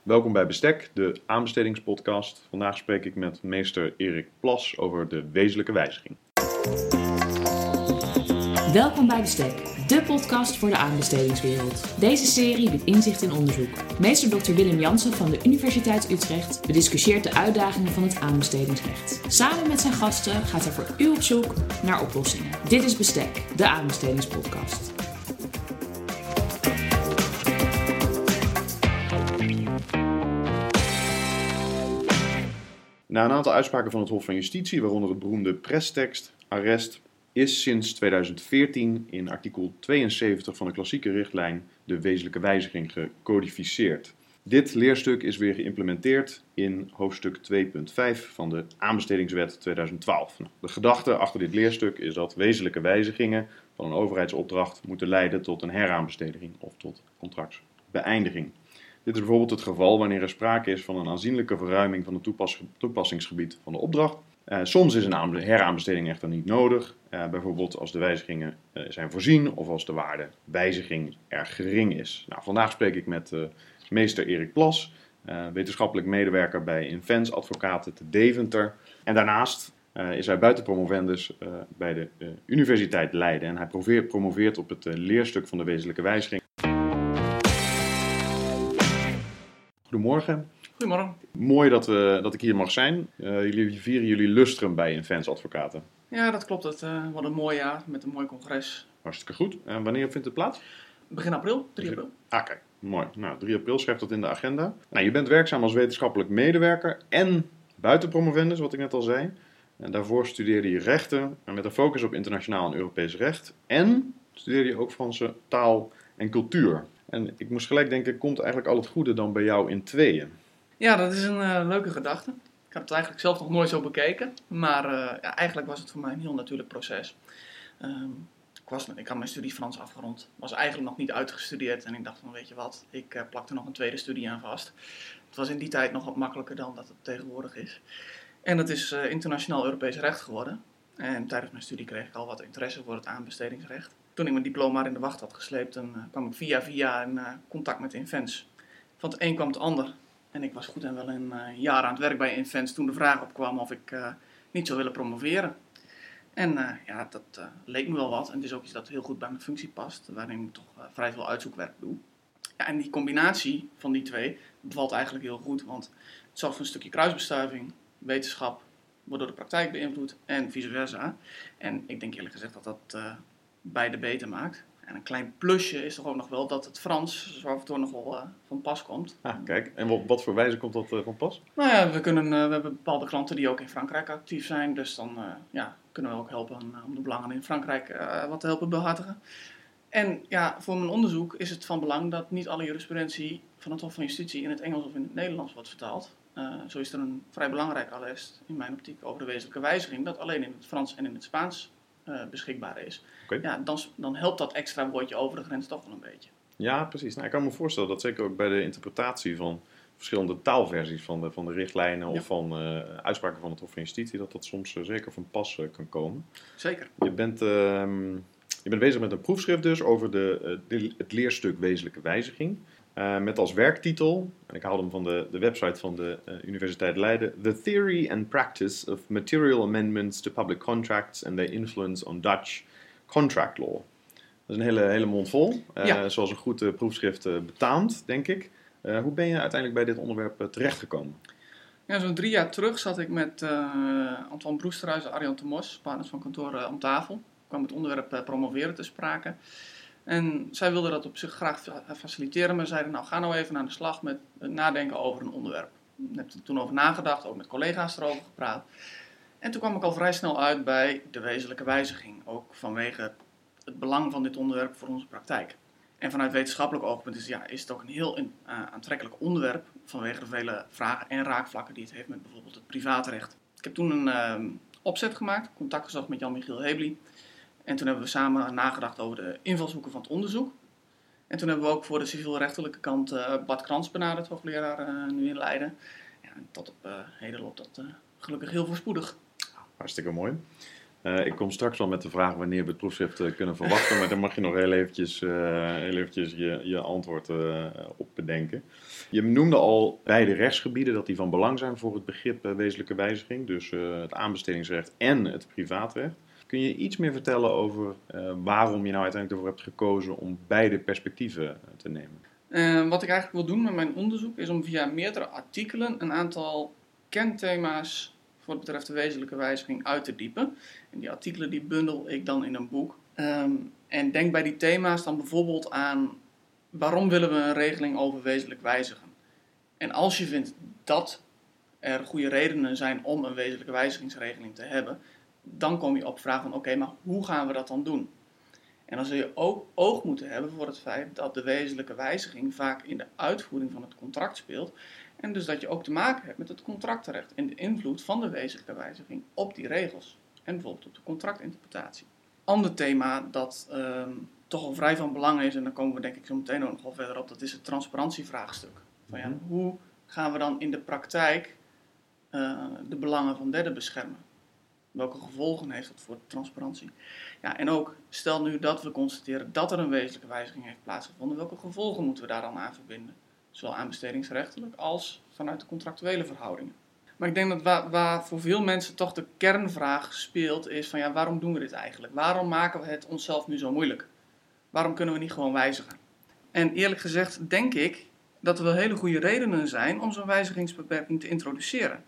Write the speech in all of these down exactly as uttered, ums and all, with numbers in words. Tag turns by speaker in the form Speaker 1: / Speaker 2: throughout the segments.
Speaker 1: Welkom bij Bestek, de aanbestedingspodcast. Vandaag spreek ik met meester Erik Plas over de wezenlijke wijziging.
Speaker 2: Welkom bij Bestek, de podcast voor de aanbestedingswereld. Deze serie biedt inzicht in onderzoek. Meester dokter Willem Jansen van de Universiteit Utrecht bediscussieert de uitdagingen van het aanbestedingsrecht. Samen met zijn gasten gaat hij voor u op zoek naar oplossingen. Dit is Bestek, de aanbestedingspodcast.
Speaker 1: Na een aantal uitspraken van het Hof van Justitie, waaronder het beroemde prestekst arrest, is sinds tweeduizend veertien in artikel tweeënzeventig van de klassieke richtlijn de wezenlijke wijziging gecodificeerd. Dit leerstuk is weer geïmplementeerd in hoofdstuk twee punt vijf van de aanbestedingswet tweeduizend twaalf. De gedachte achter dit leerstuk is dat wezenlijke wijzigingen van een overheidsopdracht moeten leiden tot een heraanbesteding of tot contractsbeëindiging. Dit is bijvoorbeeld het geval wanneer er sprake is van een aanzienlijke verruiming van het toepas- toepassingsgebied van de opdracht. Uh, soms is een aanbe- heraanbesteding echter niet nodig, uh, bijvoorbeeld als de wijzigingen uh, zijn voorzien of als de waarde wijziging erg gering is. Nou, vandaag spreek ik met uh, meester Erik Plas, uh, wetenschappelijk medewerker bij Invens Advocaten te Deventer. En daarnaast uh, is hij buitenpromovendus uh, bij de uh, Universiteit Leiden en hij promoveert, promoveert op het uh, leerstuk van de wezenlijke wijziging. Goedemorgen.
Speaker 3: Goedemorgen.
Speaker 1: Mooi dat, we, dat ik hier mag zijn. Uh, jullie vieren jullie lustrum bij Invens Advocaten.
Speaker 3: Ja, dat klopt. Het uh, wordt een mooi jaar met een mooi congres.
Speaker 1: Hartstikke goed. En wanneer vindt het plaats?
Speaker 3: Begin april, drie april.
Speaker 1: Ah, kijk. Mooi. Nou, drie april schrijft dat in de agenda. Nou, je bent werkzaam als wetenschappelijk medewerker en buitenpromovendus, wat ik net al zei. En daarvoor studeerde je rechten met een focus op internationaal en Europees recht. En studeerde je ook Franse taal en cultuur. En ik moest gelijk denken, komt eigenlijk al het goede dan bij jou in tweeën?
Speaker 3: Ja, dat is een uh, leuke gedachte. Ik had het eigenlijk zelf nog nooit zo bekeken. Maar uh, ja, eigenlijk was het voor mij een heel natuurlijk proces. Um, ik, was, ik had mijn studie Frans afgerond. Was eigenlijk nog niet uitgestudeerd. En ik dacht van, weet je wat, ik uh, plak er nog een tweede studie aan vast. Het was in die tijd nog wat makkelijker dan dat het tegenwoordig is. En dat is uh, internationaal Europees recht geworden. En tijdens mijn studie kreeg ik al wat interesse voor het aanbestedingsrecht. Toen ik mijn diploma in de wacht had gesleept, dan uh, kwam ik via via in uh, contact met Invens. Van het een kwam het ander. En ik was goed en wel een uh, jaar aan het werk bij Invens toen de vraag opkwam of ik uh, niet zou willen promoveren. En uh, ja, dat uh, leek me wel wat. En het is ook iets dat heel goed bij mijn functie past, waarin ik toch uh, vrij veel uitzoekwerk doe. Ja, en die combinatie van die twee bevalt eigenlijk heel goed, want het zorgt voor een stukje kruisbestuiving, wetenschap, wordt door de praktijk beïnvloed en vice versa. En ik denk eerlijk gezegd dat dat uh, beide beter maakt. En een klein plusje is toch ook nog wel dat het Frans zo af en toe nog wel uh, van pas komt.
Speaker 1: Ah, kijk. En wat, wat voor wijze komt dat uh, van pas?
Speaker 3: Nou ja, we, kunnen, uh, we hebben bepaalde klanten die ook in Frankrijk actief zijn. Dus dan uh, ja, kunnen we ook helpen uh, om de belangen in Frankrijk uh, wat te helpen behartigen. En ja, voor mijn onderzoek is het van belang dat niet alle jurisprudentie van het Hof van Justitie in het Engels of in het Nederlands wordt vertaald. Uh, zo is er een vrij belangrijk arrest in mijn optiek over de wezenlijke wijziging dat alleen in het Frans en in het Spaans uh, beschikbaar is.
Speaker 1: Okay.
Speaker 3: Ja, dan, dan helpt dat extra woordje over de grens toch wel een beetje.
Speaker 1: Ja, precies. Nou, ik kan me voorstellen dat zeker ook bij de interpretatie van verschillende taalversies van de, van de richtlijnen ja. of van uh, uitspraken van het Hof van Justitie, dat dat soms uh, zeker van pas uh, kan komen.
Speaker 3: Zeker.
Speaker 1: Je bent, uh, je bent bezig met een proefschrift dus over de, uh, de, het leerstuk wezenlijke wijziging. Uh, met als werktitel, en ik haalde hem van de, de website van de uh, Universiteit Leiden, The Theory and Practice of Material Amendments to Public Contracts and Their Influence on Dutch Contract Law. Dat is een hele, hele mond vol, uh, ja. zoals een goed uh, proefschrift uh, betaamt, denk ik. Uh, hoe ben je uiteindelijk bij dit onderwerp uh, terechtgekomen?
Speaker 3: Ja, zo'n drie jaar terug zat ik met uh, Antoine Broesterhuis en Arjan Tomos, partners van kantoor uh, om tafel. Ik kwam het onderwerp uh, promoveren te sprake. En zij wilden dat op zich graag faciliteren, maar zeiden nou ga nou even aan de slag met nadenken over een onderwerp. Ik heb er toen over nagedacht, ook met collega's erover gepraat. En toen kwam ik al vrij snel uit bij de wezenlijke wijziging, ook vanwege het belang van dit onderwerp voor onze praktijk. En vanuit wetenschappelijk oogpunt is, ja, is het ook een heel in, uh, aantrekkelijk onderwerp vanwege de vele vragen en raakvlakken die het heeft met bijvoorbeeld het privaatrecht. Ik heb toen een uh, opzet gemaakt, contact gezocht met Jan-Michiel Hebli. En toen hebben we samen nagedacht over de invalshoeken van het onderzoek. En toen hebben we ook voor de civielrechtelijke kant uh, Bart Krans benaderd, hoogleraar uh, nu in Leiden. Ja, en tot op uh, heden loopt dat uh, gelukkig heel voorspoedig.
Speaker 1: Hartstikke mooi. Uh, ik kom straks wel met de vraag wanneer we het proefschrift uh, kunnen verwachten, maar dan mag je nog heel eventjes, uh, heel eventjes je, je antwoord uh, op bedenken. Je noemde al beide rechtsgebieden dat die van belang zijn voor het begrip uh, wezenlijke wijziging, dus uh, het aanbestedingsrecht en het privaatrecht. Kun je iets meer vertellen over uh, waarom je nou uiteindelijk ervoor hebt gekozen om beide perspectieven uh, te nemen?
Speaker 3: Uh, wat ik eigenlijk wil doen met mijn onderzoek is om via meerdere artikelen een aantal kernthema's voor wat betreft de wezenlijke wijziging uit te diepen. En die artikelen die bundel ik dan in een boek. Um, en denk bij die thema's dan bijvoorbeeld aan waarom willen we een regeling over wezenlijk wijzigen. En als je vindt dat er goede redenen zijn om een wezenlijke wijzigingsregeling te hebben, dan kom je op de vraag van oké, okay, maar hoe gaan we dat dan doen? En dan zul je ook oog moeten hebben voor het feit dat de wezenlijke wijziging vaak in de uitvoering van het contract speelt. En dus dat je ook te maken hebt met het contractrecht en de invloed van de wezenlijke wijziging op die regels. En bijvoorbeeld op de contractinterpretatie. Ander thema dat um, toch al vrij van belang is, en daar komen we denk ik zo meteen ook nog wel verder op, dat is het transparantievraagstuk. Van, ja, hoe gaan we dan in de praktijk uh, de belangen van derden beschermen? Welke gevolgen heeft dat voor de transparantie? Ja, en ook, stel nu dat we constateren dat er een wezenlijke wijziging heeft plaatsgevonden, welke gevolgen moeten we daar dan aan verbinden? Zowel aanbestedingsrechtelijk als vanuit de contractuele verhoudingen. Maar ik denk dat waar, waar voor veel mensen toch de kernvraag speelt is van ja, waarom doen we dit eigenlijk? Waarom maken we het onszelf nu zo moeilijk? Waarom kunnen we niet gewoon wijzigen? En eerlijk gezegd denk ik dat er wel hele goede redenen zijn om zo'n wijzigingsbeperking te introduceren.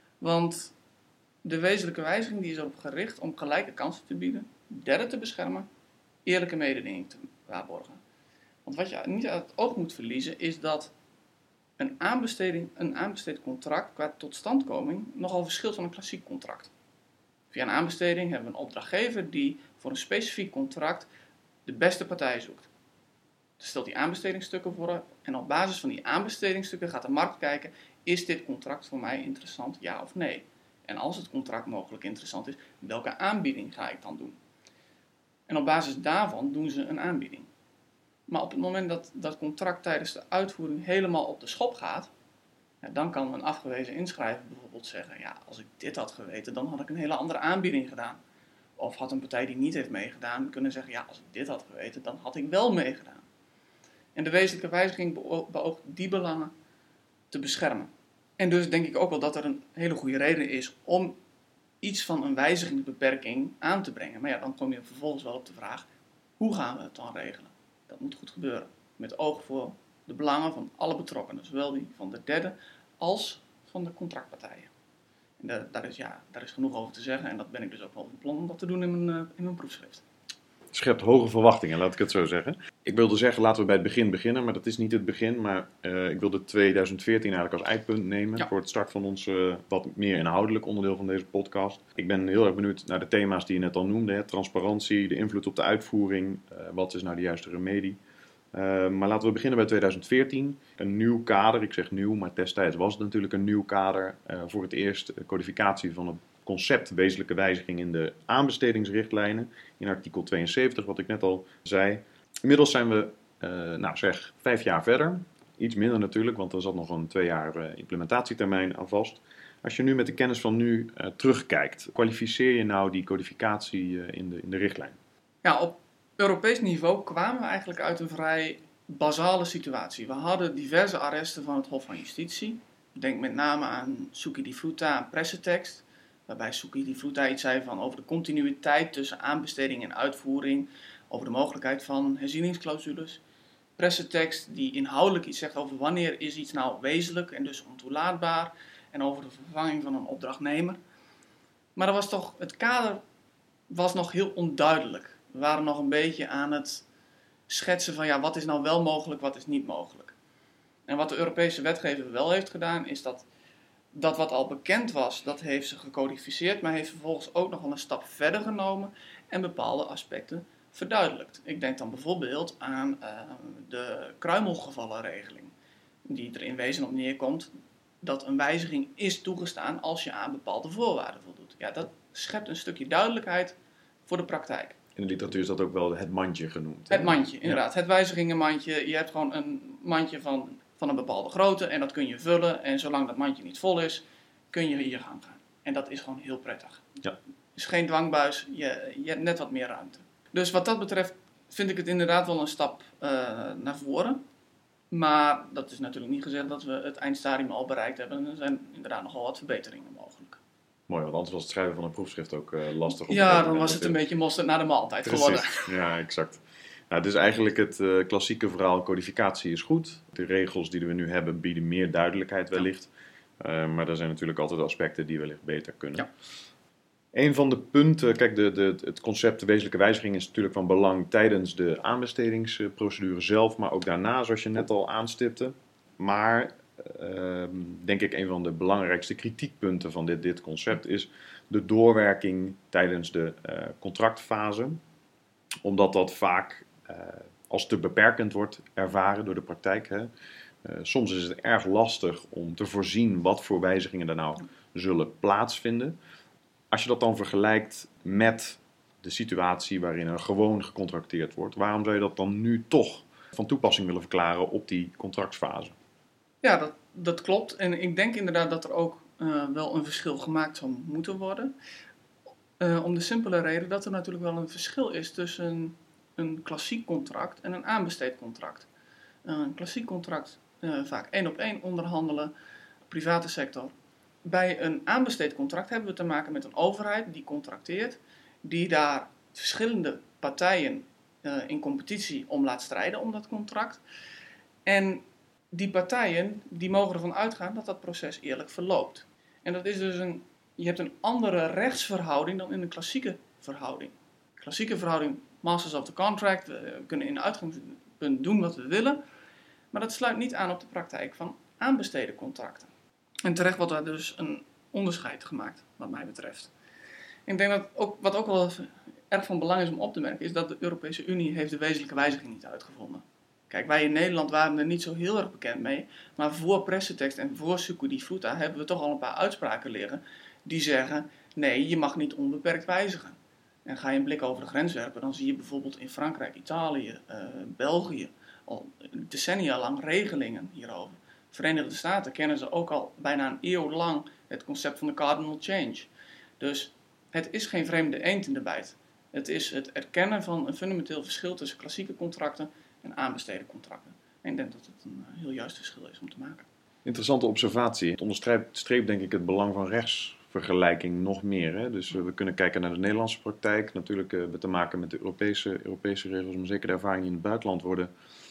Speaker 3: Want de wezenlijke wijziging die is erop gericht om gelijke kansen te bieden, derden te beschermen, eerlijke mededinging te waarborgen. Want wat je niet uit het oog moet verliezen is dat een aanbesteding, een aanbesteed contract qua totstandkoming nogal verschilt van een klassiek contract. Via een aanbesteding hebben we een opdrachtgever die voor een specifiek contract de beste partij zoekt. Dus stelt die aanbestedingsstukken voor en op basis van die aanbestedingsstukken gaat de markt kijken, is dit contract voor mij interessant, ja of nee? En als het contract mogelijk interessant is, welke aanbieding ga ik dan doen? En op basis daarvan doen ze een aanbieding. Maar op het moment dat dat contract tijdens de uitvoering helemaal op de schop gaat, ja, dan kan een afgewezen inschrijver bijvoorbeeld zeggen, ja, als ik dit had geweten, dan had ik een hele andere aanbieding gedaan. Of had een partij die niet heeft meegedaan kunnen zeggen, ja, als ik dit had geweten, dan had ik wel meegedaan. En de wezenlijke wijziging beoogt die belangen te beschermen. En dus denk ik ook wel dat er een hele goede reden is om iets van een wijzigingsbeperking aan te brengen. Maar ja, dan kom je vervolgens wel op de vraag, hoe gaan we het dan regelen? Dat moet goed gebeuren, met oog voor de belangen van alle betrokkenen, zowel die van de derde als van de contractpartijen. En daar, daar, is, ja, daar is genoeg over te zeggen en dat ben ik dus ook wel van plan om dat te doen in mijn, uh, in mijn proefschrift.
Speaker 1: Schept hoge verwachtingen, laat ik het zo zeggen. Ik wilde zeggen, laten we bij het begin beginnen, maar dat is niet het begin. Maar uh, ik wilde twintig veertien eigenlijk als eikpunt nemen ja. voor het start van ons uh, wat meer inhoudelijk onderdeel van deze podcast. Ik ben heel erg benieuwd naar de thema's die je net al noemde. Hè. Transparantie, de invloed op de uitvoering. Uh, wat is nou de juiste remedie? Uh, maar laten we beginnen bij twintig veertien. Een nieuw kader, ik zeg nieuw, maar destijds was het natuurlijk een nieuw kader. Uh, voor het eerst de codificatie van het concept wezenlijke wijziging in de aanbestedingsrichtlijnen. In artikel tweeënzeventig, wat ik net al zei. Inmiddels zijn we, uh, nou zeg, vijf jaar verder. Iets minder natuurlijk, want er zat nog een twee jaar uh, implementatietermijn aan vast. Als je nu met de kennis van nu uh, terugkijkt, kwalificeer je nou die codificatie uh, in, de, in de richtlijn?
Speaker 3: Ja, op Europees niveau kwamen we eigenlijk uit een vrij basale situatie. We hadden diverse arresten van het Hof van Justitie. Denk met name aan Suki di Fruta en pressetekst. Waarbij Suki di Fruta iets zei van over de continuïteit tussen aanbesteding en uitvoering. Over de mogelijkheid van herzieningsclausules. Pressetekst die inhoudelijk iets zegt over wanneer is iets nou wezenlijk en dus ontoelaatbaar. En over de vervanging van een opdrachtnemer. Maar er was toch, het kader was nog heel onduidelijk. We waren nog een beetje aan het schetsen van ja, wat is nou wel mogelijk, wat is niet mogelijk. En wat de Europese wetgever wel heeft gedaan is dat dat wat al bekend was, dat heeft ze gecodificeerd, maar heeft vervolgens ook nog wel een stap verder genomen en bepaalde aspecten verduidelijkt. Ik denk dan bijvoorbeeld aan uh, de kruimelgevallenregeling, die er in wezen op neerkomt dat een wijziging is toegestaan als je aan bepaalde voorwaarden voldoet. Ja, dat schept een stukje duidelijkheid voor de praktijk.
Speaker 1: In de literatuur is dat ook wel het mandje genoemd.
Speaker 3: Hè? Het mandje, inderdaad. Ja. Het wijzigingenmandje. Je hebt gewoon een mandje van, van een bepaalde grootte en dat kun je vullen. En zolang dat mandje niet vol is, kun je hier gaan gaan. En dat is gewoon heel prettig.
Speaker 1: Ja.
Speaker 3: is geen dwangbuis, je, je hebt net wat meer ruimte. Dus wat dat betreft vind ik het inderdaad wel een stap uh, naar voren. Maar dat is natuurlijk niet gezegd dat we het eindstadium al bereikt hebben. Er zijn inderdaad nogal wat verbeteringen mogelijk.
Speaker 1: Mooi, want anders was het schrijven van een proefschrift ook uh, lastig.
Speaker 3: Ja, dan was het een beetje mosterd naar de maaltijd
Speaker 1: Precies.
Speaker 3: geworden.
Speaker 1: Ja, exact. Nou, dus eigenlijk het uh, klassieke verhaal codificatie is goed. De regels die we nu hebben bieden meer duidelijkheid wellicht. Uh, maar er zijn natuurlijk altijd aspecten die wellicht beter kunnen.
Speaker 3: Ja.
Speaker 1: Een van de punten, kijk, de, de, het concept de wezenlijke wijziging is natuurlijk van belang tijdens de aanbestedingsprocedure zelf, maar ook daarna, zoals je net al aanstipte. Maar uh, denk ik een van de belangrijkste kritiekpunten van dit, dit concept is de doorwerking tijdens de uh, contractfase. Omdat dat vaak uh, als te beperkend wordt ervaren door de praktijk. Hè. Uh, soms is het erg lastig om te voorzien wat voor wijzigingen er nou zullen plaatsvinden. Als je dat dan vergelijkt met de situatie waarin er gewoon gecontracteerd wordt, waarom zou je dat dan nu toch van toepassing willen verklaren op die contractfase?
Speaker 3: Ja, dat, dat klopt. En ik denk inderdaad dat er ook uh, wel een verschil gemaakt zou moeten worden. Uh, om de simpele reden dat er natuurlijk wel een verschil is tussen een, een klassiek contract en een aanbesteed contract. Uh, een klassiek contract, uh, vaak één op één onderhandelen, private sector. Bij een aanbesteed contract hebben we te maken met een overheid die contracteert, die daar verschillende partijen uh, in competitie om laat strijden om dat contract. En die partijen die mogen ervan uitgaan dat dat proces eerlijk verloopt. En dat is dus een, je hebt een andere rechtsverhouding dan in een klassieke verhouding. Klassieke verhouding, masters of the contract, we kunnen in uitgangspunt doen wat we willen, maar dat sluit niet aan op de praktijk van aanbesteden contracten. En terecht wordt daar dus een onderscheid gemaakt, wat mij betreft. Ik denk dat ook, wat ook wel erg van belang is om op te merken, is dat de Europese Unie heeft de wezenlijke wijziging niet uitgevonden. Kijk, wij in Nederland waren er niet zo heel erg bekend mee, maar voor pressetekst en voor succo di frutta hebben we toch al een paar uitspraken liggen die zeggen, nee, je mag niet onbeperkt wijzigen. En ga je een blik over de grens werpen, dan zie je bijvoorbeeld in Frankrijk, Italië, uh, België al decennia lang regelingen hierover. Verenigde Staten kennen ze ook al bijna een eeuw lang het concept van de cardinal change. Dus het is geen vreemde eend in de bijt. Het is het erkennen van een fundamenteel verschil tussen klassieke contracten en aanbesteden contracten. En ik denk dat het een heel juist verschil is om te maken.
Speaker 1: Interessante observatie. Het onderstreept denk ik het belang van rechtsvergelijking nog meer. Hè? Dus uh, we kunnen kijken naar de Nederlandse praktijk. Natuurlijk hebben uh, we te maken met de Europese, Europese regels, maar zeker de ervaringen die in het buitenland worden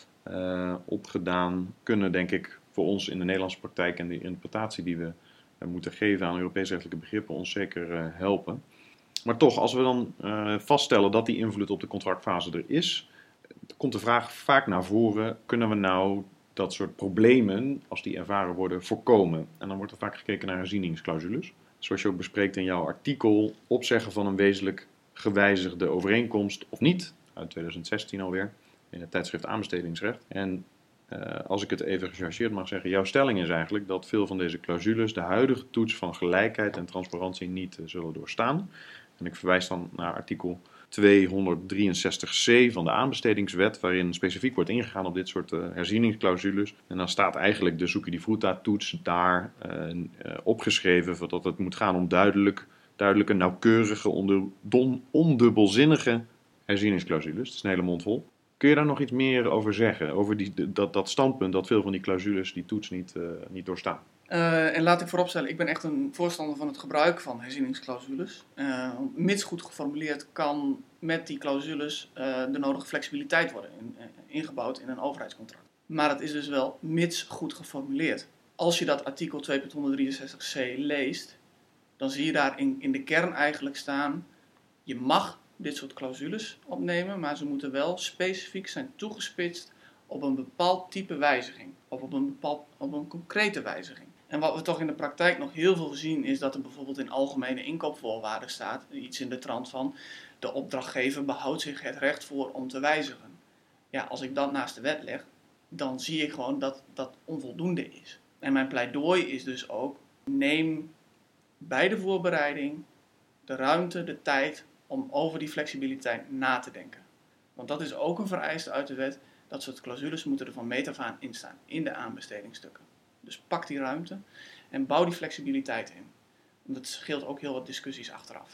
Speaker 1: uh, opgedaan, kunnen denk ik voor ons in de Nederlandse praktijk en de interpretatie die we uh, moeten geven aan Europees rechtelijke begrippen ons zeker uh, helpen. Maar toch, als we dan uh, vaststellen dat die invloed op de contractfase er is, komt de vraag vaak naar voren, kunnen we nou dat soort problemen, als die ervaren worden, voorkomen? En dan wordt er vaak gekeken naar herzieningsclausules. Zoals je ook bespreekt in jouw artikel, opzeggen van een wezenlijk gewijzigde overeenkomst of niet, uit tweeduizend zestien alweer, in het tijdschrift Aanbestedingsrecht. En uh, als ik het even gechargeerd mag zeggen, jouw stelling is eigenlijk dat veel van deze clausules de huidige toets van gelijkheid en transparantie niet uh, zullen doorstaan. En ik verwijs dan naar artikel tweehonderddrieënzestig c van de aanbestedingswet, waarin specifiek wordt ingegaan op dit soort uh, herzieningsclausules. En dan staat eigenlijk de succo di frutta toets daar uh, uh, opgeschreven dat het moet gaan om duidelijk, duidelijke, nauwkeurige, onder, don, ondubbelzinnige herzieningsclausules. Het is een hele mond vol. Kun je daar nog iets meer over zeggen? Over die, dat, dat standpunt dat veel van die clausules die toets niet, uh, niet doorstaan?
Speaker 3: Uh, en laat ik vooropstellen, ik ben echt een voorstander van het gebruik van herzieningsclausules. Uh, mits goed geformuleerd kan met die clausules uh, de nodige flexibiliteit worden in, uh, ingebouwd in een overheidscontract. Maar het is dus wel mits goed geformuleerd. Als je dat artikel tweehonderddrieënzestig c leest, dan zie je daar in, in de kern eigenlijk staan, je mag dit soort clausules opnemen, maar ze moeten wel specifiek zijn toegespitst op een bepaald type wijziging, of op een, bepaald, op een concrete wijziging. En wat we toch in de praktijk nog heel veel zien, is dat er bijvoorbeeld in algemene inkoopvoorwaarden staat, iets in de trant van, de opdrachtgever behoudt zich het recht voor om te wijzigen. Ja, als ik dat naast de wet leg, dan zie ik gewoon dat dat onvoldoende is. En mijn pleidooi is dus ook, neem bij de voorbereiding de ruimte, de tijd om over die flexibiliteit na te denken. Want dat is ook een vereiste uit de wet. Dat soort clausules moeten er van meet af aan in staan, in de aanbestedingsstukken. Dus pak die ruimte en bouw die flexibiliteit in. Want dat scheelt ook heel wat discussies achteraf.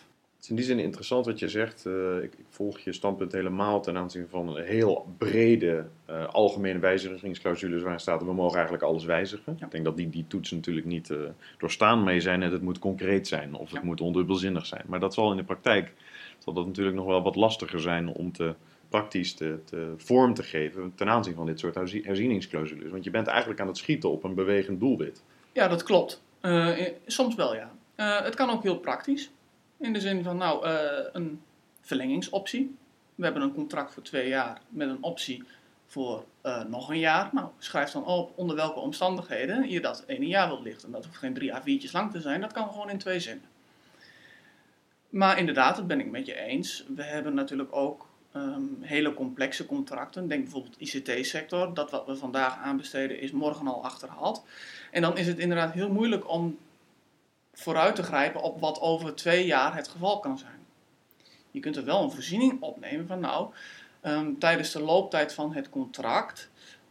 Speaker 1: Het is in die zin interessant wat je zegt. Uh, ik, ik volg je standpunt helemaal ten aanzien van een heel brede uh, algemene wijzigingsclausules waarin staat we mogen eigenlijk alles wijzigen. Ja. Ik denk dat die, die toets natuurlijk niet uh, doorstaan mee zijn en het moet concreet zijn of het ja. moet ondubbelzinnig zijn. Maar dat zal in de praktijk zal dat natuurlijk nog wel wat lastiger zijn om te praktisch te, te vorm te geven ten aanzien van dit soort herzieningsclausules. Want je bent eigenlijk aan het schieten op een bewegend doelwit.
Speaker 3: Ja, dat klopt. Uh, soms wel, ja. Uh, het kan ook heel praktisch. In de zin van, nou, uh, een verlengingsoptie. We hebben een contract voor twee jaar met een optie voor uh, nog een jaar. Nou, schrijf dan op onder welke omstandigheden je dat ene jaar wilt lichten. Dat hoeft geen drie A viertjes lang te zijn, dat kan gewoon in twee zinnen. Maar inderdaad, dat ben ik met je eens. We hebben natuurlijk ook um, hele complexe contracten. Denk bijvoorbeeld I C T-sector. Dat wat we vandaag aanbesteden is morgen al achterhaald. En dan is het inderdaad heel moeilijk om vooruit te grijpen op wat over twee jaar het geval kan zijn. Je kunt er wel een voorziening opnemen van nou, um, tijdens de looptijd van het contract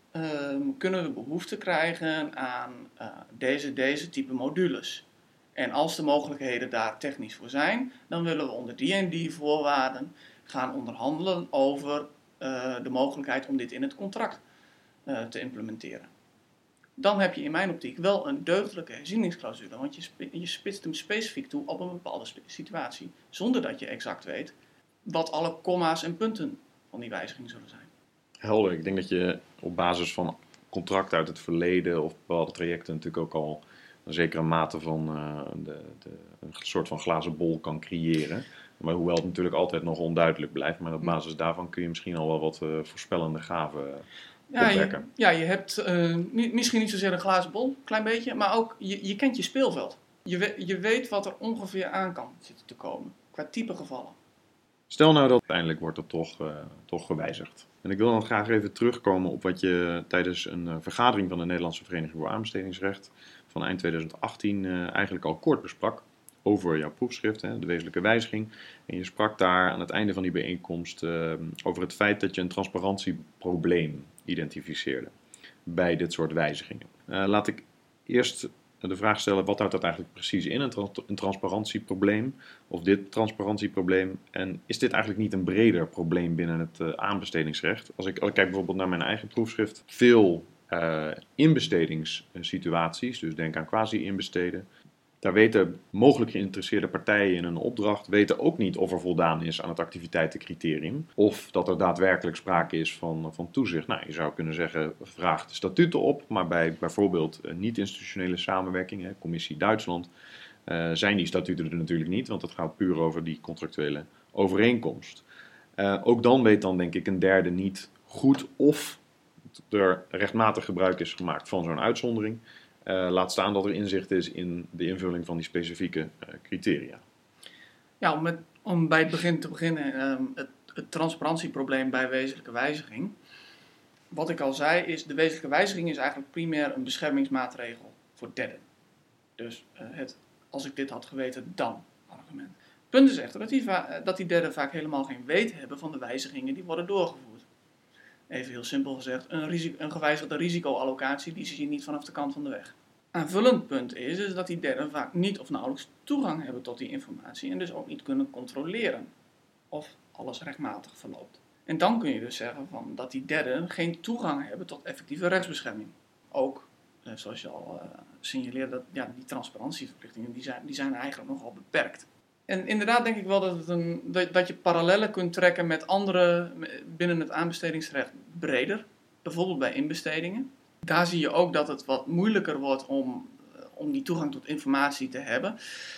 Speaker 3: um, kunnen we behoefte krijgen aan uh, deze, deze type modules. En als de mogelijkheden daar technisch voor zijn, dan willen we onder die en die voorwaarden gaan onderhandelen over uh, de mogelijkheid om dit in het contract uh, te implementeren. Dan heb je in mijn optiek wel een deugdelijke herzieningsclausule, want je, sp- je spitst hem specifiek toe op een bepaalde sp- situatie, zonder dat je exact weet wat alle komma's en punten van die wijziging zullen zijn.
Speaker 1: Helder, ik denk dat je op basis van contracten uit het verleden of bepaalde trajecten natuurlijk ook al een zekere mate van uh, de, de, een soort van glazen bol kan creëren. Maar hoewel het natuurlijk altijd nog onduidelijk blijft, maar op basis daarvan kun je misschien al wel wat uh, voorspellende gaven uh,
Speaker 3: Ja, je, ja, je hebt uh, niet, misschien niet zozeer een glazen bol, een klein beetje, maar ook je, je kent je speelveld. Je, we, je weet wat er ongeveer aan kan zitten te komen, qua type gevallen.
Speaker 1: Stel nou dat uiteindelijk wordt er toch, uh, toch gewijzigd. En ik wil dan graag even terugkomen op wat je tijdens een uh, vergadering van de Nederlandse Vereniging voor Aanbestedingsrecht van eind tweeduizend achttien uh, eigenlijk al kort besprak over jouw proefschrift, hè, de wezenlijke wijziging. En je sprak daar aan het einde van die bijeenkomst uh, over het feit dat je een transparantieprobleem identificeerde bij dit soort wijzigingen. Uh, laat ik eerst de vraag stellen, wat houdt dat eigenlijk precies in, een, tra- een transparantieprobleem, of dit transparantieprobleem, en is dit eigenlijk niet een breder probleem binnen het uh, aanbestedingsrecht? Als ik, als ik kijk bijvoorbeeld naar mijn eigen proefschrift, veel uh, inbestedingssituaties, dus denk aan quasi-inbesteden, daar weten mogelijk geïnteresseerde partijen in een opdracht weten ook niet of er voldaan is aan het activiteitencriterium. Of dat er daadwerkelijk sprake is van, van toezicht. Nou, je zou kunnen zeggen, vraag de statuten op. Maar bij bijvoorbeeld niet-institutionele samenwerking, hè, Commissie Duitsland, uh, zijn die statuten er natuurlijk niet. Want het gaat puur over die contractuele overeenkomst. Uh, ook dan weet dan denk ik een derde niet goed of er rechtmatig gebruik is gemaakt van zo'n uitzondering. Uh, laat staan dat er inzicht is in de invulling van die specifieke uh, criteria.
Speaker 3: Ja, om, met, om bij het begin te beginnen, um, het, het transparantieprobleem bij wezenlijke wijziging. Wat ik al zei is, de wezenlijke wijziging is eigenlijk primair een beschermingsmaatregel voor derden. Dus uh, het, als ik dit had geweten, dan argument. Het punt is echter dat die, va- dat die derden vaak helemaal geen weet hebben van de wijzigingen die worden doorgevoerd. Even heel simpel gezegd, een, risico, een gewijzigde risicoallocatie die zie je niet vanaf de kant van de weg. Aanvullend punt is, is dat die derden vaak niet of nauwelijks toegang hebben tot die informatie en dus ook niet kunnen controleren of alles rechtmatig verloopt. En dan kun je dus zeggen van dat die derden geen toegang hebben tot effectieve rechtsbescherming. Ook, eh, zoals je al uh, signaleerde, dat ja, die transparantieverplichtingen die zijn, die zijn eigenlijk nogal beperkt. En inderdaad denk ik wel dat, het een, dat, dat je parallellen kunt trekken met andere binnen het aanbestedingsrecht breder. Bijvoorbeeld bij inbestedingen. Daar zie je ook dat het wat moeilijker wordt om, om die toegang tot informatie te hebben.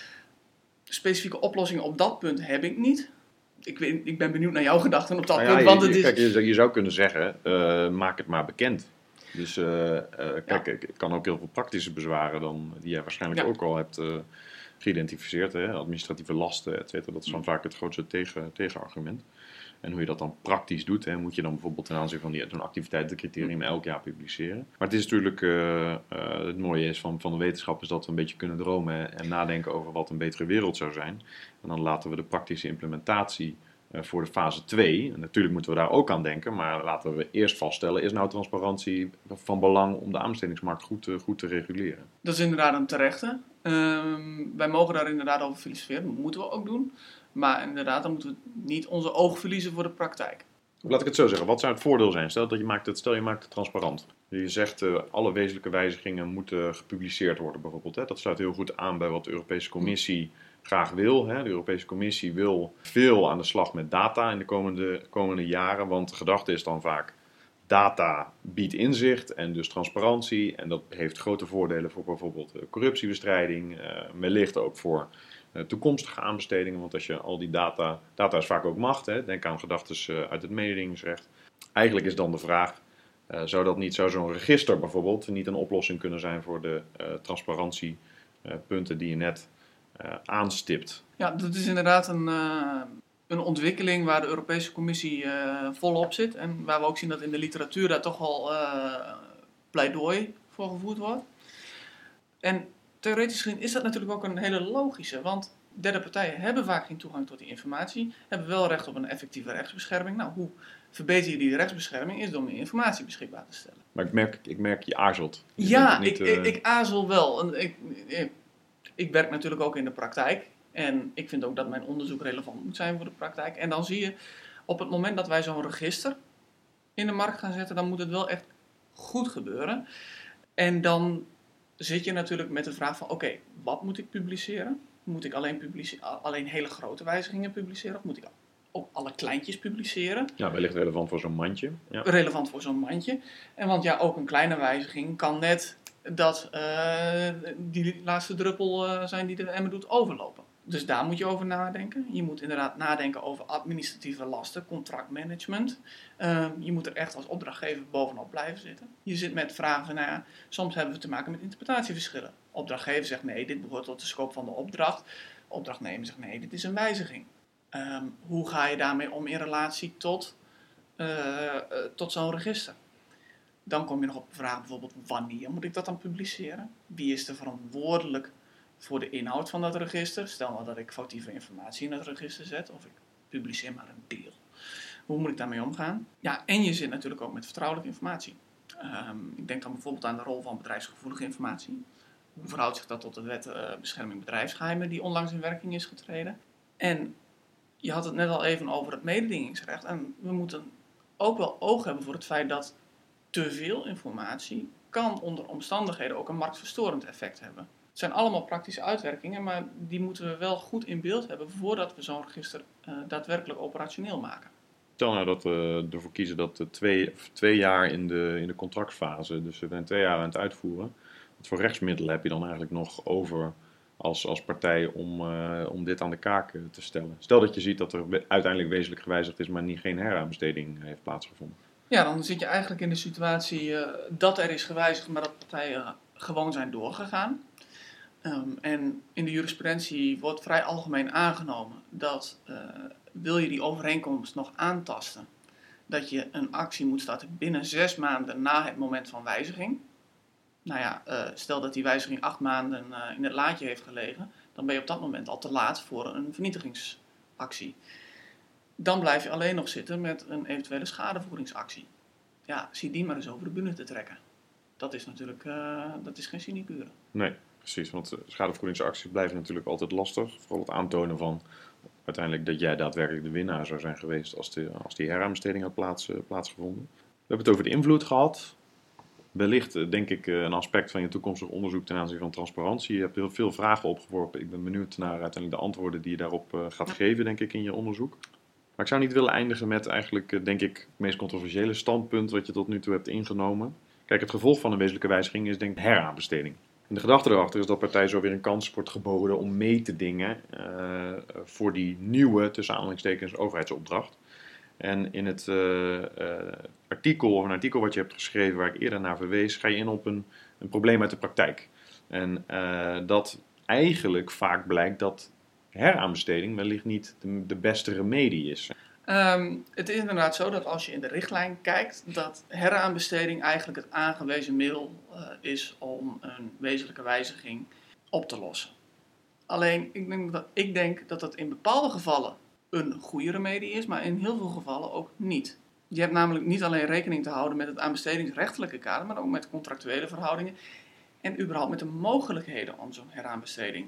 Speaker 3: Specifieke oplossingen op dat punt heb ik niet. Ik, weet, ik ben benieuwd naar jouw gedachten op dat
Speaker 1: nou
Speaker 3: punt.
Speaker 1: Ja,
Speaker 3: want
Speaker 1: je,
Speaker 3: het is...
Speaker 1: Kijk, je, je zou kunnen zeggen, uh, maak het maar bekend. Dus uh, uh, kijk, ja. Ik kan ook heel veel praktische bezwaren dan, die jij waarschijnlijk ja. ook al hebt uh, geïdentificeerd. Hè? Administratieve lasten, et cetera. Dat is dan mm. vaak het grootste tegen, tegenargument. En hoe je dat dan praktisch doet, hè, moet je dan bijvoorbeeld ten aanzien van die, zo'n activiteitencriterium elk jaar publiceren. Maar het is natuurlijk, uh, uh, het mooie is van, van de wetenschap is dat we een beetje kunnen dromen en nadenken over wat een betere wereld zou zijn. En dan laten we de praktische implementatie uh, voor de fase twee, en natuurlijk moeten we daar ook aan denken, maar laten we eerst vaststellen, is nou transparantie van belang om de aanbestedingsmarkt goed, uh, goed te reguleren?
Speaker 3: Dat is inderdaad een terechte. Um, wij mogen daar inderdaad over filosoferen, dat moeten we ook doen. Maar inderdaad, dan moeten we niet onze oog verliezen voor de praktijk.
Speaker 1: Laat ik het zo zeggen, wat zou het voordeel zijn? Stel, dat je maakt het, stel je maakt het transparant. Je zegt uh, alle wezenlijke wijzigingen moeten gepubliceerd worden bijvoorbeeld. Hè? Dat sluit heel goed aan bij wat de Europese Commissie graag wil. Hè? De Europese Commissie wil veel aan de slag met data in de komende, komende jaren. Want de gedachte is dan vaak, data biedt inzicht en dus transparantie. En dat heeft grote voordelen voor bijvoorbeeld corruptiebestrijding. Uh, wellicht ook voor uh, toekomstige aanbestedingen. Want als je al die data, data is vaak ook macht. Hè? Denk aan gedachten uh, uit het mededingingsrecht. Eigenlijk is dan de vraag, uh, zou dat niet, zou zo'n register bijvoorbeeld niet een oplossing kunnen zijn voor de uh, transparantiepunten uh, die je net uh, aanstipt?
Speaker 3: Ja, dat is inderdaad een... Uh... Een ontwikkeling waar de Europese Commissie uh, volop zit. En waar we ook zien dat in de literatuur daar toch al uh, pleidooi voor gevoerd wordt. En theoretisch gezien is dat natuurlijk ook een hele logische. Want derde partijen hebben vaak geen toegang tot die informatie. Hebben wel recht op een effectieve rechtsbescherming. Nou, hoe verbeter je die rechtsbescherming? Is door meer informatie beschikbaar te stellen.
Speaker 1: Maar ik merk, ik merk je aarzelt. Je
Speaker 3: ja,
Speaker 1: niet,
Speaker 3: ik,
Speaker 1: uh...
Speaker 3: ik, ik aarzel wel. Ik, ik, ik werk natuurlijk ook in de praktijk. En ik vind ook dat mijn onderzoek relevant moet zijn voor de praktijk. En dan zie je, op het moment dat wij zo'n register in de markt gaan zetten, dan moet het wel echt goed gebeuren. En dan zit je natuurlijk met de vraag van, oké, okay, wat moet ik publiceren? Moet ik alleen, publice- alleen hele grote wijzigingen publiceren? Of moet ik ook alle kleintjes publiceren?
Speaker 1: Ja, wellicht relevant voor zo'n mandje. Ja.
Speaker 3: Relevant voor zo'n mandje. En want ja, ook een kleine wijziging kan net dat uh, die laatste druppel uh, zijn die de emmer doet overlopen. Dus daar moet je over nadenken. Je moet inderdaad nadenken over administratieve lasten, contractmanagement. Uh, je moet er echt als opdrachtgever bovenop blijven zitten. Je zit met vragen van, nou ja, soms hebben we te maken met interpretatieverschillen. Opdrachtgever zegt nee, dit behoort tot de scope van de opdracht. Opdrachtnemer zegt nee, dit is een wijziging. Um, hoe ga je daarmee om in relatie tot, uh, uh, tot zo'n register? Dan kom je nog op de vraag bijvoorbeeld, wanneer moet ik dat dan publiceren? Wie is er verantwoordelijk voor de inhoud van dat register? Stel nou dat ik foutieve informatie in het register zet, of ik publiceer maar een deel. Hoe moet ik daarmee omgaan? Ja, en je zit natuurlijk ook met vertrouwelijke informatie. Um, ik denk dan bijvoorbeeld aan de rol van bedrijfsgevoelige informatie. Hoe verhoudt zich dat tot de wet uh, bescherming bedrijfsgeheimen die onlangs in werking is getreden? En je had het net al even over het mededingingsrecht. En we moeten ook wel oog hebben voor het feit dat te veel informatie kan onder omstandigheden ook een marktverstorend effect hebben. Het zijn allemaal praktische uitwerkingen, maar die moeten we wel goed in beeld hebben voordat we zo'n register uh, daadwerkelijk operationeel maken.
Speaker 1: Stel nou dat we ervoor kiezen dat we twee, twee jaar in de, in de contractfase, dus we zijn twee jaar aan het uitvoeren. Wat voor rechtsmiddelen heb je dan eigenlijk nog over als, als partij om, uh, om dit aan de kaak te stellen? Stel dat je ziet dat er uiteindelijk wezenlijk gewijzigd is, maar niet geen heraanbesteding heeft plaatsgevonden.
Speaker 3: Ja, dan zit je eigenlijk in de situatie uh, dat er is gewijzigd, maar dat partijen uh, gewoon zijn doorgegaan. Um, en in de jurisprudentie wordt vrij algemeen aangenomen dat uh, wil je die overeenkomst nog aantasten, dat je een actie moet starten binnen zes maanden na het moment van wijziging. Nou ja, uh, stel dat die wijziging acht maanden uh, in het laadje heeft gelegen, dan ben je op dat moment al te laat voor een vernietigingsactie. Dan blijf je alleen nog zitten met een eventuele schadevergoedingsactie. Ja, zie die maar eens over de bühne te trekken. Dat is natuurlijk uh, dat is geen sinecure.
Speaker 1: Nee, precies. Want schadevergoedingsacties blijven natuurlijk altijd lastig. Vooral het aantonen van uiteindelijk dat jij daadwerkelijk de winnaar zou zijn geweest als, de, als die heraanbesteding had plaats, uh, plaatsgevonden. We hebben het over de invloed gehad. Wellicht, uh, denk ik, uh, een aspect van je toekomstig onderzoek ten aanzien van transparantie. Je hebt heel veel vragen opgeworpen. Ik ben benieuwd naar uiteindelijk de antwoorden die je daarop uh, gaat ja. geven, denk ik, in je onderzoek. Maar ik zou niet willen eindigen met eigenlijk, denk ik, het meest controversiële standpunt wat je tot nu toe hebt ingenomen. Kijk, het gevolg van een wezenlijke wijziging is denk ik heraanbesteding. En de gedachte erachter is dat partij zo weer een kans wordt geboden om mee te dingen uh, voor die nieuwe, tussen aanhalingstekens, overheidsopdracht. En in het uh, uh, artikel, of een artikel wat je hebt geschreven waar ik eerder naar verwees, ga je in op een, een probleem uit de praktijk. En uh, dat eigenlijk vaak blijkt dat heraanbesteding wellicht niet de, de beste remedie is.
Speaker 3: Um, het is inderdaad zo dat als je in de richtlijn kijkt, dat heraanbesteding eigenlijk het aangewezen middel uh, is om een wezenlijke wijziging op te lossen. Alleen, ik denk dat, ik denk dat dat in bepaalde gevallen een goede remedie is, maar in heel veel gevallen ook niet. Je hebt namelijk niet alleen rekening te houden met het aanbestedingsrechtelijke kader, maar ook met contractuele verhoudingen en überhaupt met de mogelijkheden om zo'n heraanbesteding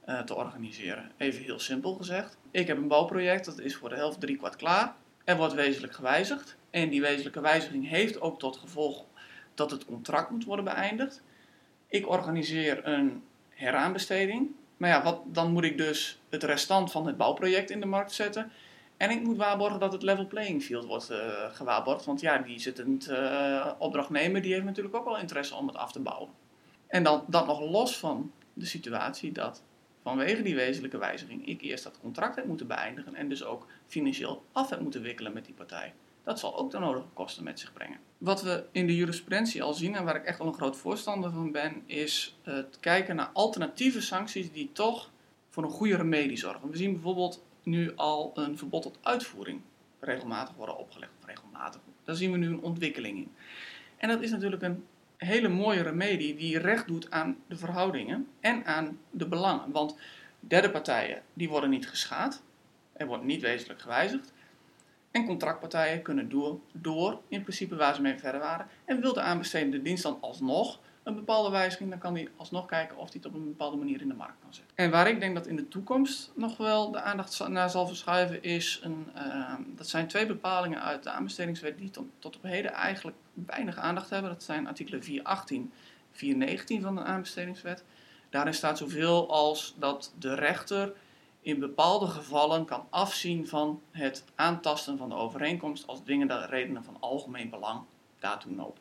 Speaker 3: uh, te organiseren. Even heel simpel gezegd. Ik heb een bouwproject, dat is voor de helft driekwart klaar. Er wordt wezenlijk gewijzigd. En die wezenlijke wijziging heeft ook tot gevolg dat het contract moet worden beëindigd. Ik organiseer een heraanbesteding. Maar ja, wat, dan moet ik dus het restant van het bouwproject in de markt zetten. En ik moet waarborgen dat het level playing field wordt uh, gewaarborgd. Want ja, die zittend uh, opdrachtnemer die heeft natuurlijk ook wel interesse om het af te bouwen. En dan dat nog los van de situatie dat vanwege die wezenlijke wijziging ik eerst dat contract heb moeten beëindigen. En dus ook financieel af heb moeten wikkelen met die partij. Dat zal ook de nodige kosten met zich brengen. Wat we in de jurisprudentie al zien en waar ik echt wel een groot voorstander van ben, is het kijken naar alternatieve sancties die toch voor een goede remedie zorgen. We zien bijvoorbeeld nu al een verbod tot uitvoering regelmatig worden opgelegd. Of regelmatig. Daar zien we nu een ontwikkeling in. En dat is natuurlijk een hele mooie remedie die recht doet aan de verhoudingen en aan de belangen. Want derde partijen die worden niet geschaad. Er wordt niet wezenlijk gewijzigd. En contractpartijen kunnen door, door in principe waar ze mee verder waren. En wil de aanbestedende dienst dan alsnog een bepaalde wijziging, dan kan die alsnog kijken of hij het op een bepaalde manier in de markt kan zetten. En waar ik denk dat in de toekomst nog wel de aandacht naar zal verschuiven is, een, uh, dat zijn twee bepalingen uit de aanbestedingswet die tot, tot op heden eigenlijk weinig aandacht hebben. Dat zijn artikelen vier achttien, vier negentien van de aanbestedingswet. Daarin staat zoveel als dat de rechter in bepaalde gevallen kan afzien van het aantasten van de overeenkomst als dwingende redenen van algemeen belang daartoe nopen.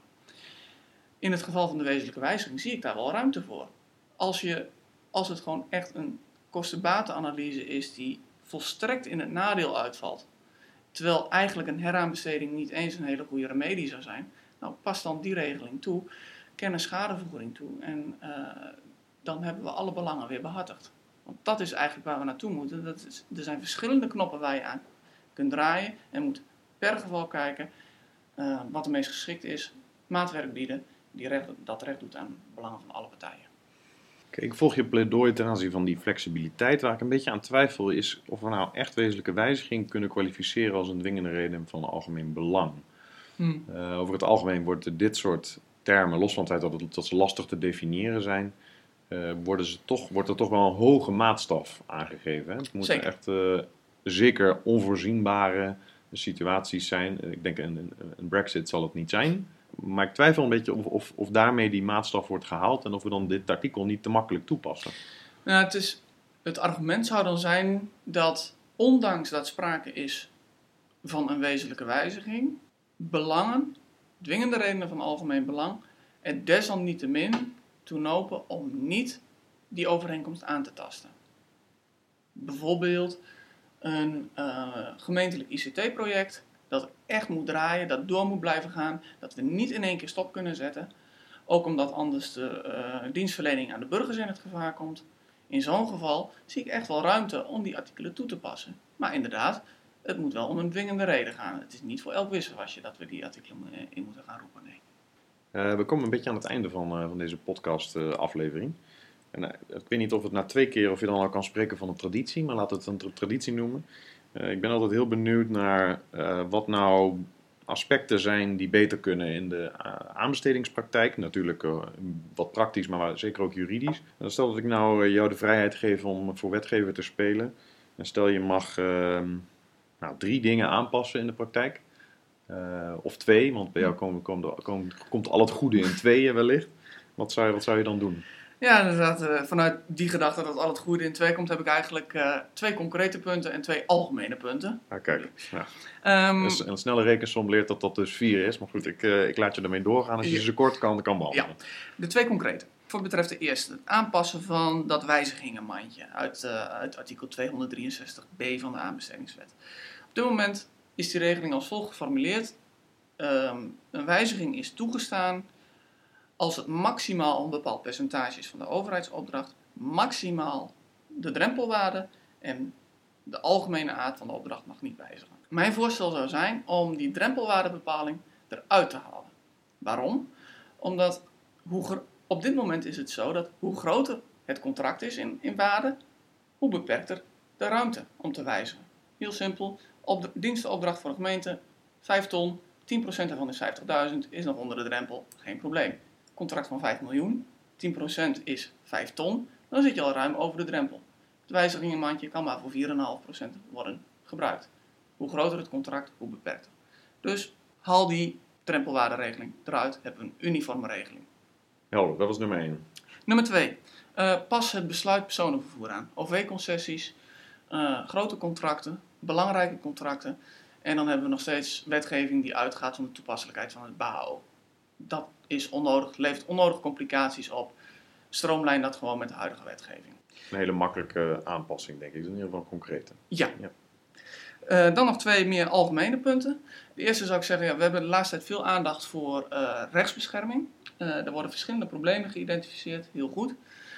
Speaker 3: In het geval van de wezenlijke wijziging zie ik daar wel ruimte voor. Als, je, als het gewoon echt een kosten-batenanalyse is die volstrekt in het nadeel uitvalt, terwijl eigenlijk een heraanbesteding niet eens een hele goede remedie zou zijn, nou pas dan die regeling toe, ken een schadevergoeding toe en uh, dan hebben we alle belangen weer behartigd. Want dat is eigenlijk waar we naartoe moeten. Dat is, er zijn verschillende knoppen waar je aan kunt draaien en moet per geval kijken uh, wat de meest geschikt is, maatwerk bieden, die recht, dat recht doet aan de belangen van alle partijen.
Speaker 1: Kijk, ik volg je pleidooi ten aanzien van die flexibiliteit. Waar ik een beetje aan twijfel is of we nou echt wezenlijke wijziging kunnen kwalificeren als een dwingende reden van algemeen belang. Hmm. Uh, over het algemeen wordt dit soort termen, los van het feit dat, het, dat ze lastig te definiëren zijn, uh, worden ze toch, wordt er toch wel een hoge maatstaf aangegeven. Hè? Het moeten zeker. echt uh, zeker onvoorzienbare situaties zijn. Ik denk een, een, een Brexit zal het niet zijn. Maar ik twijfel een beetje of, of, of daarmee die maatstaf wordt gehaald en of we dan dit artikel niet te makkelijk toepassen.
Speaker 3: Nou, het, is, het argument zou dan zijn dat ondanks dat sprake is van een wezenlijke wijziging, belangen, dwingende redenen van algemeen belang, er desalniettemin toe nopen om niet die overeenkomst aan te tasten. Bijvoorbeeld een uh, gemeentelijk I C T-project dat echt moet draaien, dat door moet blijven gaan, dat we niet in één keer stop kunnen zetten. Ook omdat anders de uh, dienstverlening aan de burgers in het gevaar komt. In zo'n geval zie ik echt wel ruimte om die artikelen toe te passen. Maar inderdaad, het moet wel om een dwingende reden gaan. Het is niet voor elk wisselwasje dat we die artikelen in moeten gaan roepen, nee.
Speaker 1: Uh, we komen een beetje aan het einde van, uh, van deze podcast uh, aflevering. En, uh, ik weet niet of het na twee keer of je dan al kan spreken van een traditie, maar laten we het een traditie noemen. Uh, ik ben altijd heel benieuwd naar uh, wat nou aspecten zijn die beter kunnen in de uh, aanbestedingspraktijk. Natuurlijk uh, wat praktisch, maar zeker ook juridisch. Uh, stel dat ik nou uh, jou de vrijheid geef om voor wetgever te spelen. En stel je mag uh, nou, drie dingen aanpassen in de praktijk. Uh, of twee, want bij jou komt, komt, komt, komt al het goede in tweeën wellicht. Wat zou, wat zou je dan doen?
Speaker 3: Ja, inderdaad. Uh, vanuit die gedachte dat al het goede in twee komt, heb ik eigenlijk uh, twee concrete punten en twee algemene punten.
Speaker 1: Ah, kijk. Ja. Um, dus een snelle rekensom leert dat dat dus vier is. Maar goed, ik, uh, ik laat je ermee doorgaan. Als je ja. ze kort kan, kan behandelen.
Speaker 3: Ja, de twee concrete. Voor betreft de eerste, het aanpassen van dat wijzigingenmandje uit, uh, uit artikel tweehonderddrieënzestig b van de aanbestedingswet. Op dit moment is die regeling als volgt geformuleerd. Um, een wijziging is toegestaan als het maximaal een bepaald percentage is van de overheidsopdracht, maximaal de drempelwaarde en de algemene aard van de opdracht mag niet wijzigen. Mijn voorstel zou zijn om die drempelwaardebepaling eruit te halen. Waarom? Omdat hoe, op dit moment is het zo dat hoe groter het contract is in, in waarde, hoe beperkter de ruimte om te wijzigen. Heel simpel, op de dienstenopdracht voor de gemeente, vijf ton, tien procent daarvan is vijftigduizend, is nog onder de drempel, geen probleem. Contract van vijf miljoen, tien procent is vijf ton, dan zit je al ruim over de drempel. Het wijzigingenmandje kan maar voor vier komma vijf procent worden gebruikt. Hoe groter het contract, hoe beperkter. Dus haal die drempelwaarderegeling eruit, hebben we een uniforme regeling.
Speaker 1: Helder, dat was nummer één.
Speaker 3: Nummer twee. Uh, pas het besluit personenvervoer aan. O V-concessies, uh, grote contracten, belangrijke contracten. En dan hebben we nog steeds wetgeving die uitgaat van de toepasselijkheid van het B A O. Dat is onnodig, levert onnodige complicaties op. Stroomlijn dat gewoon met de huidige wetgeving.
Speaker 1: Een hele makkelijke aanpassing, denk ik. In ieder geval een concrete.
Speaker 3: Ja.
Speaker 1: ja.
Speaker 3: Uh, dan nog twee meer algemene punten. De eerste zou ik zeggen, ja, we hebben de laatste tijd veel aandacht voor uh, rechtsbescherming. Uh, er worden verschillende problemen geïdentificeerd, heel goed.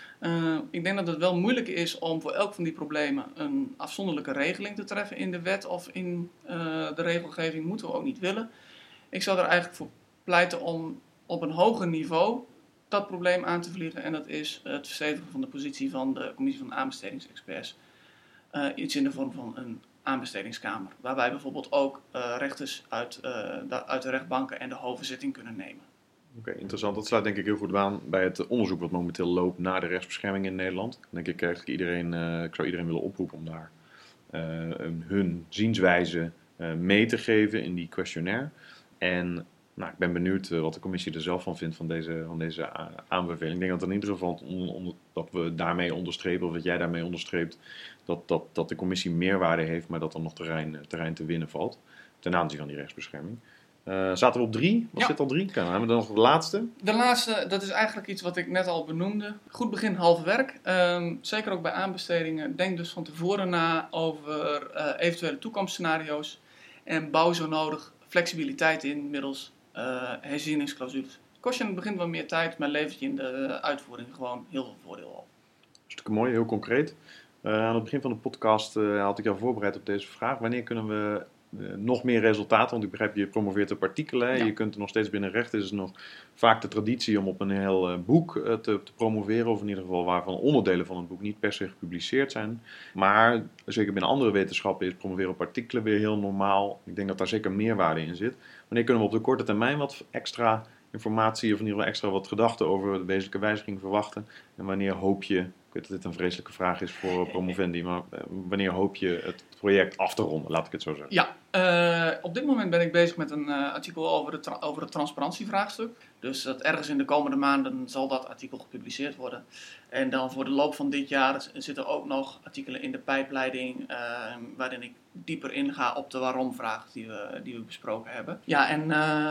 Speaker 3: Uh, ik denk dat het wel moeilijk is om voor elk van die problemen een afzonderlijke regeling te treffen in de wet of in uh, de regelgeving. Moeten we ook niet willen. Ik zou er eigenlijk voor pleiten om op een hoger niveau dat probleem aan te vliegen. En dat is het verstevigen van de positie van de commissie van aanbestedingsexperts. Uh, iets in de vorm van een aanbestedingskamer. Waarbij bijvoorbeeld ook uh, rechters uit, uh, de, uit de rechtbanken en de hoven zitting kunnen nemen.
Speaker 1: Oké, okay, interessant. Dat sluit denk ik heel goed aan bij het onderzoek wat momenteel loopt naar de rechtsbescherming in Nederland. Denk ik eigenlijk iedereen, uh, ik zou iedereen willen oproepen om daar uh, hun zienswijze uh, mee te geven in die questionnaire. En nou, ik ben benieuwd uh, wat de commissie er zelf van vindt van deze, van deze aanbeveling. Ik denk dat in ieder geval on, on, dat we daarmee onderstrepen, of dat jij daarmee onderstreept, dat, dat, dat de commissie meerwaarde heeft, maar dat er nog terrein, terrein te winnen valt ten aanzien van die rechtsbescherming. Uh, zaten we op drie? Was
Speaker 3: ja.
Speaker 1: dit al drie? Dan hebben we dan nog de laatste.
Speaker 3: De laatste, dat is eigenlijk iets wat ik net al benoemde. Goed begin, half werk. Um, zeker ook bij aanbestedingen. Denk dus van tevoren na over uh, eventuele toekomstscenario's. En bouw zo nodig flexibiliteit in middels uh, herzieningsclausules. Kost je in het begin wat meer tijd, maar levert je in de uitvoering gewoon heel veel voordeel op.
Speaker 1: Hartstikke mooi, heel concreet. Uh, aan het begin van de podcast uh, had ik jou voorbereid op deze vraag. Wanneer kunnen we Uh, nog meer resultaten, want ik begrijp, je promoveert op artikelen. Ja. Je kunt er nog steeds binnen recht. Het is nog vaak de traditie om op een heel uh, boek uh, te, te promoveren, of in ieder geval waarvan onderdelen van het boek niet per se gepubliceerd zijn. Maar zeker binnen andere wetenschappen is promoveren op artikelen weer heel normaal. Ik denk dat daar zeker meerwaarde in zit. Wanneer kunnen we op de korte termijn wat extra informatie, of in ieder geval extra wat gedachten over de wezenlijke wijziging verwachten? En wanneer hoop je, ik weet dat dit een vreselijke vraag is voor promovendi, maar wanneer hoop je het project af te ronden, laat ik het zo zeggen?
Speaker 3: Ja, uh, op dit moment ben ik bezig met een uh, artikel over, de tra- over het transparantievraagstuk. Dus dat ergens in de komende maanden zal dat artikel gepubliceerd worden. En dan voor de loop van dit jaar zitten ook nog artikelen in de pijpleiding, uh, waarin ik dieper inga op de waarom-vraag die we, die we besproken hebben. Ja, en Uh,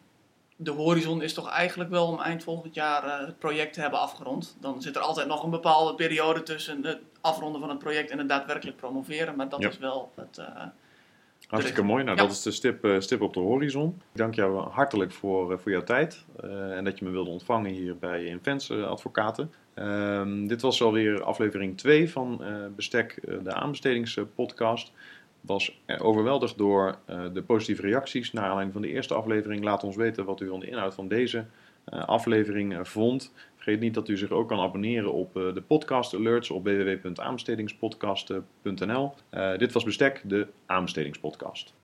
Speaker 3: de horizon is toch eigenlijk wel om eind volgend jaar uh, het project te hebben afgerond. Dan zit er altijd nog een bepaalde periode tussen het afronden van het project en het daadwerkelijk promoveren. Maar dat ja. is wel het... Uh,
Speaker 1: Hartstikke mooi. Nou, ja. Dat is de stip, uh, stip op de horizon. Ik dank jou hartelijk voor, uh, voor jouw tijd. Uh, en dat je me wilde ontvangen hier bij Invens uh, Advocaten. Uh, dit was alweer aflevering twee van uh, Bestek, uh, de aanbestedingspodcast. Was overweldigd door uh, de positieve reacties naar aanleiding van de eerste aflevering. Laat ons weten wat u van de inhoud van deze uh, aflevering uh, vond. Vergeet niet dat u zich ook kan abonneren op uh, de podcast alerts op w w w punt aanbestedingspodcast punt n l. Uh, dit was Bestek, de aanbestedingspodcast.